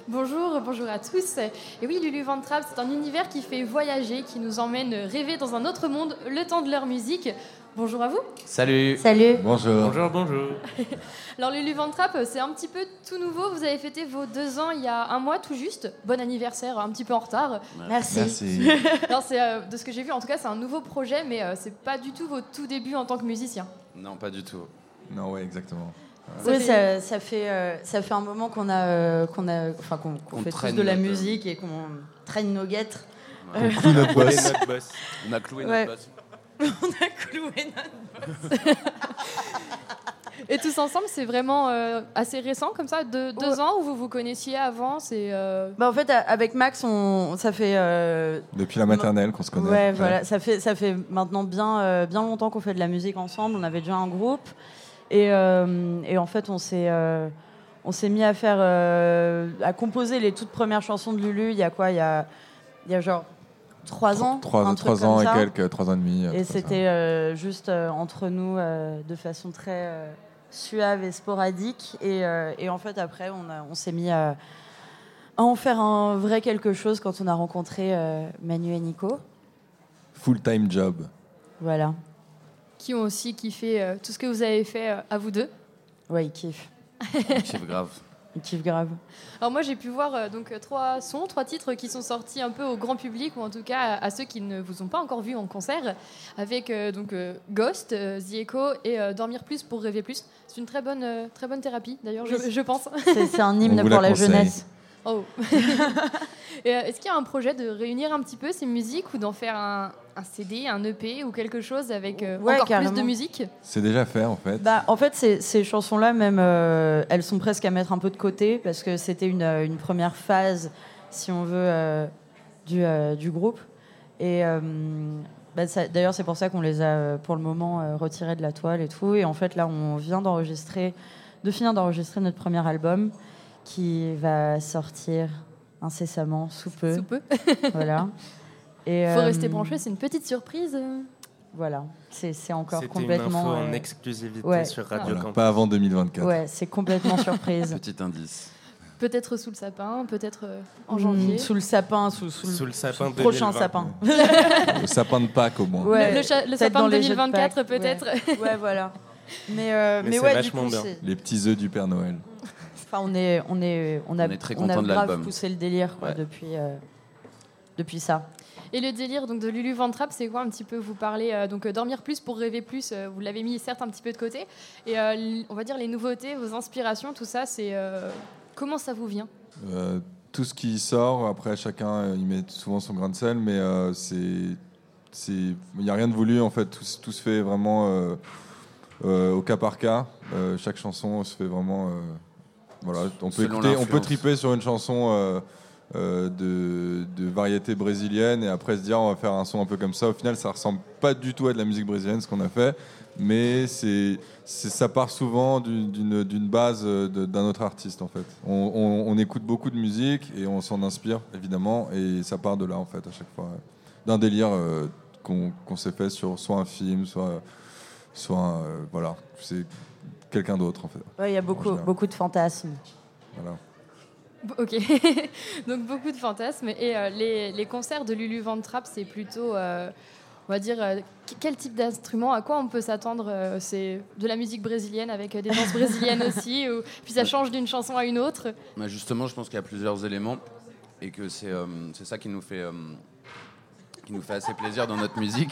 Bonjour à tous. Et oui, Lulu Van Trapp, c'est un univers qui fait voyager, qui nous emmène rêver dans un autre monde, le temps de leur musique. Bonjour à vous. Salut. Bonjour. Alors Lulu Van Trapp, c'est un petit peu tout nouveau. Vous avez fêté vos 2 ans il y a un mois tout juste. Bon anniversaire, un petit peu en retard. Merci. Alors c'est, de ce que j'ai vu, en tout cas, c'est un nouveau projet, mais c'est pas du tout vos tout débuts en tant que musicien. Non, pas du tout. Non, ouais, exactement. Oui, ça fait un moment qu'on fait tous de la musique et qu'on traîne nos guêtres. On cloue notre boss. On a cloué notre boss. On a cloué notre boss. Et tous ensemble, c'est vraiment assez récent comme ça, 2 ans, ou vous vous connaissiez avant En fait, avec Max, ça fait... Depuis la maternelle qu'on se connaît. Ouais, voilà, ça fait maintenant bien longtemps qu'on fait de la musique ensemble. On avait déjà un groupe. Et en fait, on s'est mis à composer les toutes premières chansons de Lulu. Il y a genre 3 ans. 3 ans et quelques, 3 ans et demi. Et c'était juste entre nous de façon très suave et sporadique. Et en fait, après, on s'est mis à en faire un vrai quelque chose quand on a rencontré Manu et Nico. Full-time job. Voilà. qui ont aussi kiffé tout ce que vous avez fait à vous deux. Ouais, ils kiffent. Ils kiffent grave. Ils kiffent grave. Alors moi, j'ai pu voir 3 titres qui sont sortis un peu au grand public, ou en tout cas à ceux qui ne vous ont pas encore vu en concert, avec Ghost, The Echo et Dormir plus pour rêver plus. C'est une très bonne thérapie, d'ailleurs, je pense. C'est un hymne pour la jeunesse. Oh. Et, est-ce qu'il y a un projet de réunir un petit peu ces musiques, ou d'en faire un CD, un EP ou quelque chose avec encore carrément. plus de musique? C'est déjà fait, en fait. En fait, ces chansons-là, même, elles sont presque à mettre un peu de côté, parce que c'était une première phase, si on veut, du groupe. Et d'ailleurs, c'est pour ça qu'on les a, pour le moment, retirés de la toile et tout. Et en fait, là, on vient de finir d'enregistrer notre premier album, qui va sortir incessamment, sous peu. Voilà. Il faut rester branché, c'est une petite surprise. Voilà, c'est encore C'était complètement... une info en exclusivité sur Radio Campus. Pas avant 2024. Ouais, c'est complètement surprise. Petit indice. Peut-être sous le sapin, peut-être en janvier. Sous le sapin, sous le sapin le prochain 2020. sapin. Le sapin de Pâques, au moins. Ouais, le sapin dans de les jeux de 2024, Pâques, peut-être. Ouais, voilà. Mais c'est ouais, vachement du coup, bien. Les petits œufs du Père Noël. Enfin, on a très on content a de grave l'album. poussé le délire quoi, Ouais. depuis ça. Et le délire donc de Lulu Van Trapp, c'est quoi un petit peu? Vous parlez dormir plus pour rêver plus. Vous l'avez mis certes un petit peu de côté. Et on va dire les nouveautés, vos inspirations, tout ça, c'est comment ça vous vient? Tout ce qui sort, après chacun y met souvent son grain de sel, mais il n'y a rien de voulu en fait. Tout se fait vraiment au cas par cas. Chaque chanson se fait vraiment. Voilà, on peut triper sur une chanson de variété brésilienne et après se dire on va faire un son un peu comme ça. Au final, ça ressemble pas du tout à de la musique brésilienne ce qu'on a fait, mais ça part souvent d'une base d'un autre artiste en fait. On écoute beaucoup de musique et on s'en inspire évidemment et ça part de là en fait à chaque fois, d'un délire qu'on s'est fait sur soit un film, soit voilà, c'est quelqu'un d'autre en fait. Ouais, il y a beaucoup de fantasmes. Voilà. Ok, donc beaucoup de fantasmes. Et les concerts de Lulu Van Trapp, c'est plutôt, on va dire, quel type d'instrument? À quoi on peut s'attendre? C'est de la musique brésilienne avec des danses brésiliennes aussi, puis ça change d'une chanson à une autre? Justement, je pense qu'il y a plusieurs éléments et que c'est ça qui nous fait assez plaisir dans notre musique.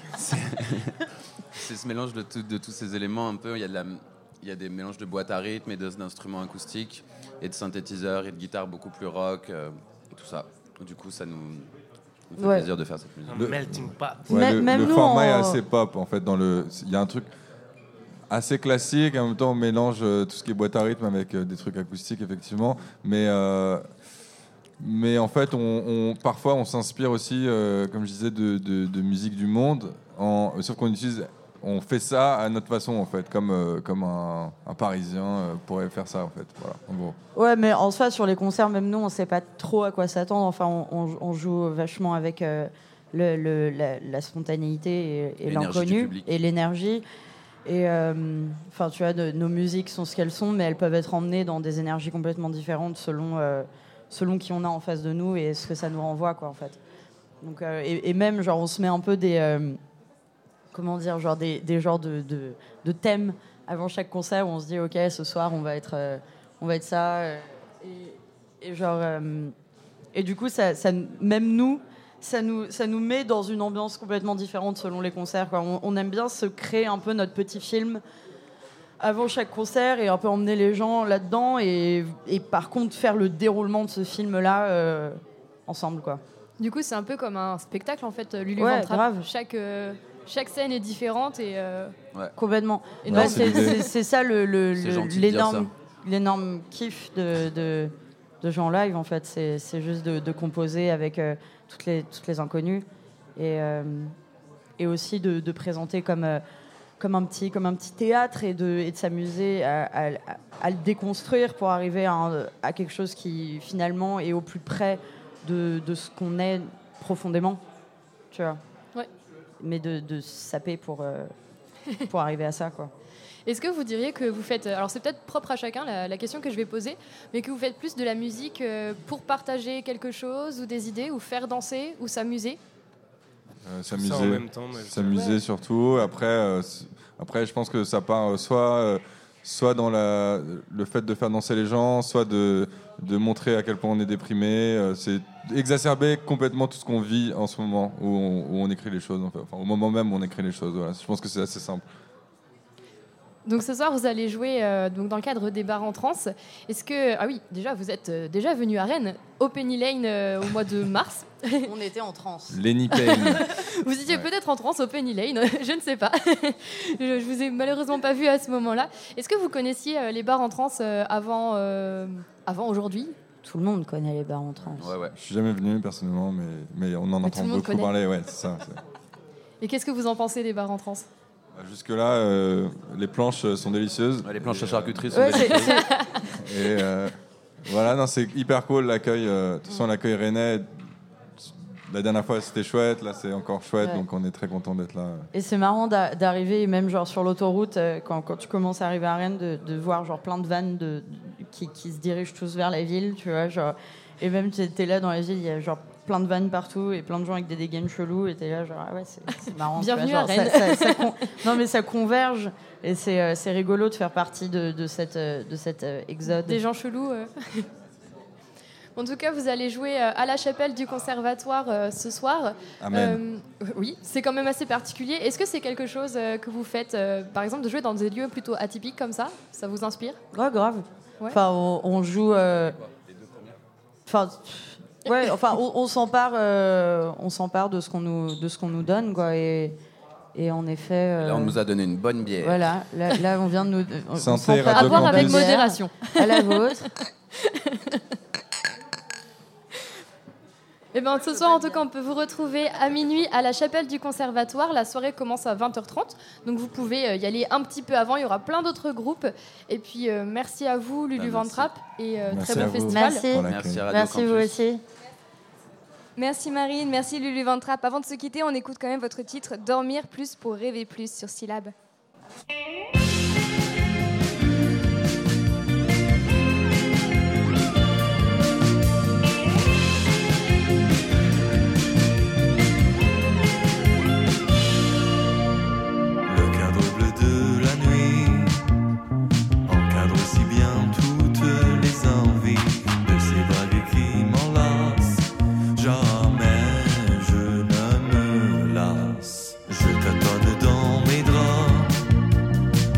C'est ce mélange de tous ces éléments un peu. Il y a des mélanges de boîtes à rythme et d'instruments acoustiques et de synthétiseurs et de guitares beaucoup plus rock et tout ça. Du coup, ça nous fait plaisir de faire cette musique. Un melting pot. Ouais, Même le nous, format est assez pop en fait. Il y a un truc assez classique, en même temps on mélange tout ce qui est boîte à rythme avec des trucs acoustiques effectivement. Mais en fait, parfois on s'inspire aussi, comme je disais, de musique du monde. Sauf on fait ça à notre façon en fait, comme un Parisien pourrait faire ça en fait. Voilà, en gros. Ouais, mais en soi, sur les concerts, même nous, on sait pas trop à quoi s'attendre. Enfin, on joue vachement avec la spontanéité et l'inconnu et l'énergie. Et tu vois, nos musiques sont ce qu'elles sont, mais elles peuvent être emmenées dans des énergies complètement différentes selon selon qui on a en face de nous et ce que ça nous renvoie, quoi, en fait. Donc, et même, genre, on se met un peu des... comment dire, genre des genres de thèmes avant chaque concert où on se dit, OK, ce soir, on va être ça. Et genre... et du coup, ça, même nous, ça nous met dans une ambiance complètement différente selon les concerts, quoi. On aime bien se créer un peu notre petit film avant chaque concert et un peu emmener les gens là-dedans et par contre faire le déroulement de ce film-là ensemble, quoi. Du coup, c'est un peu comme un spectacle, en fait, Lulu Ouais, Van Trapp. grave. Chaque scène est différente et... Complètement. Et Bah, non, c'est ça C'est gentil de dire ça. l'énorme kiff de jouer en live, en fait. C'est juste de composer avec toutes les inconnues et aussi de présenter comme un petit théâtre et de s'amuser à le déconstruire pour arriver à quelque chose qui finalement est au plus près de ce qu'on est profondément, tu vois. Ouais. Mais de se saper pour arriver à ça, quoi. Est-ce que vous diriez que vous faites... Alors, c'est peut-être propre à chacun, la question que je vais poser, mais que vous faites plus de la musique pour partager quelque chose ou des idées, ou faire danser, ou s'amuser ? S'amuser, ça en même temps, s'amuser surtout. Après, je pense que ça part soit dans le fait de faire danser les gens, soit de montrer à quel point on est déprimé. C'est exacerber complètement tout ce qu'on vit en ce moment où on écrit les choses. Enfin, au moment même où on écrit les choses. Voilà. Je pense que c'est assez simple. Donc ce soir, vous allez jouer donc dans le cadre des bars en trance. Est-ce que... Ah oui, déjà, vous êtes déjà venu à Rennes, au Penny Lane, au mois de mars. On était en transe. Lenny Payne. Vous étiez peut-être en transe au Penny Lane, je ne sais pas. Je vous ai malheureusement pas vu à ce moment-là. Est-ce que vous connaissiez les bars en trance avant aujourd'hui ? Tout le monde connaît les bars en transe. Ouais. Je suis jamais venu personnellement, mais on en entend beaucoup parler. Ouais, c'est ça. Et qu'est-ce que vous en pensez des bars en trance ? Jusque-là, les planches sont délicieuses. Ouais, les planches à charcuterie sont délicieuses. Et voilà, non, c'est hyper cool l'accueil. De toute façon, l'accueil rennais, la dernière fois c'était chouette, là c'est encore chouette, donc on est très content d'être là. Et c'est marrant d'arriver, même genre sur l'autoroute, quand tu commences à arriver à Rennes, de voir genre plein de vannes qui se dirigent tous vers la ville, tu vois, genre, et même t'es là dans la ville, il y a genre plein de vannes partout et plein de gens avec des dégaines chelous et t'es là genre ah ouais c'est marrant. Bienvenue genre, à Rennes. Non mais ça converge et c'est rigolo de faire partie de cet exode. Des gens chelous. En tout cas, vous allez jouer à la chapelle du conservatoire ce soir. Amen. Oui, c'est quand même assez particulier. Est-ce que c'est quelque chose que vous faites, par exemple, de jouer dans des lieux plutôt atypiques comme ça ? Ça vous inspire ? Ouais, grave. Ouais. Enfin, on joue... Enfin... Ouais, enfin, on s'empare de ce qu'on nous donne, quoi, et en effet. Là, on nous a donné une bonne bière. Voilà, là on vient de nous. Santé, à boire avec modération. À la vôtre. Et ben, ce soir, en tout cas, on peut vous retrouver à minuit à la chapelle du conservatoire. La soirée commence à 20h30, donc vous pouvez y aller un petit peu avant. Il y aura plein d'autres groupes. Et puis, merci à vous, Lulu Van Trapp, et très bon festival. Merci à Radio Merci Campus. vous aussi. Merci Marine, merci Lulu Van Trapp. Avant de se quitter, on écoute quand même votre titre « Dormir plus pour rêver plus » sur Syllab. Je tâtonne dans mes draps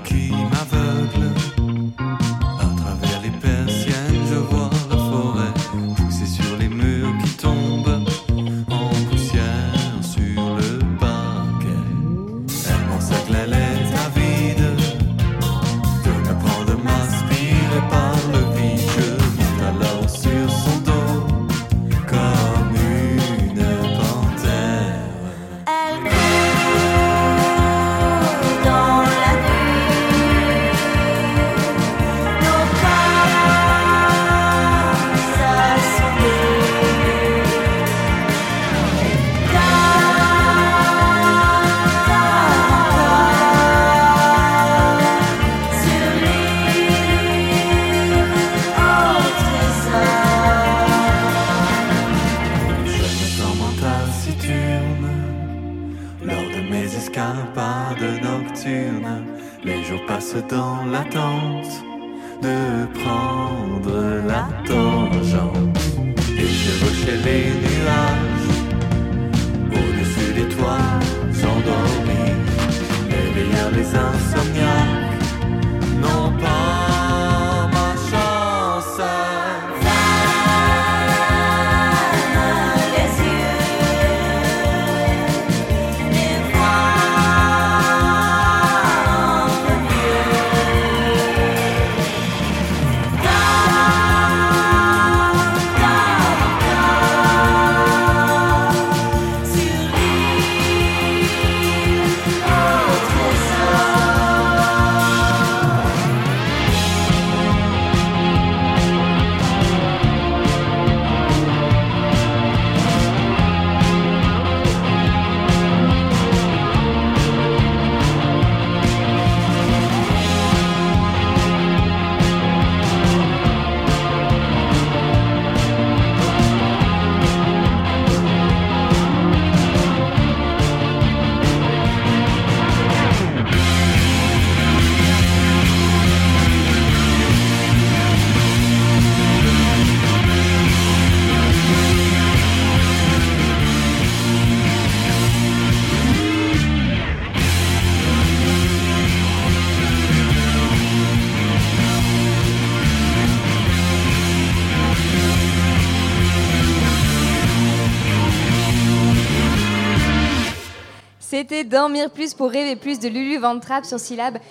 qui m'aveugle. À travers les persiennes, je vois la forêt pousser sur les murs qui tombent en poussière sur le parquet. Elle m'enseigne la lettre avide de me prendre, de m'aspirer par le vide. Je monte alors sur son dos comme une panthère. Elle court dans la nuit, nos pas s'assombrir. Sur l'île au trésor. Je me sens en taciturne lors de mes escapades nocturnes. Les jours passent dans l'attente de prendre la tangente. Et je vois chez les nuages, au-dessus des toits endormis. Les veilleurs, les insomniaques n'ont pas ma chance. Les yeux, les voix un peu mieux. Sur l'île au trésor. C'était Dormir plus pour rêver plus de Lulu Van Trapp sur Syllab.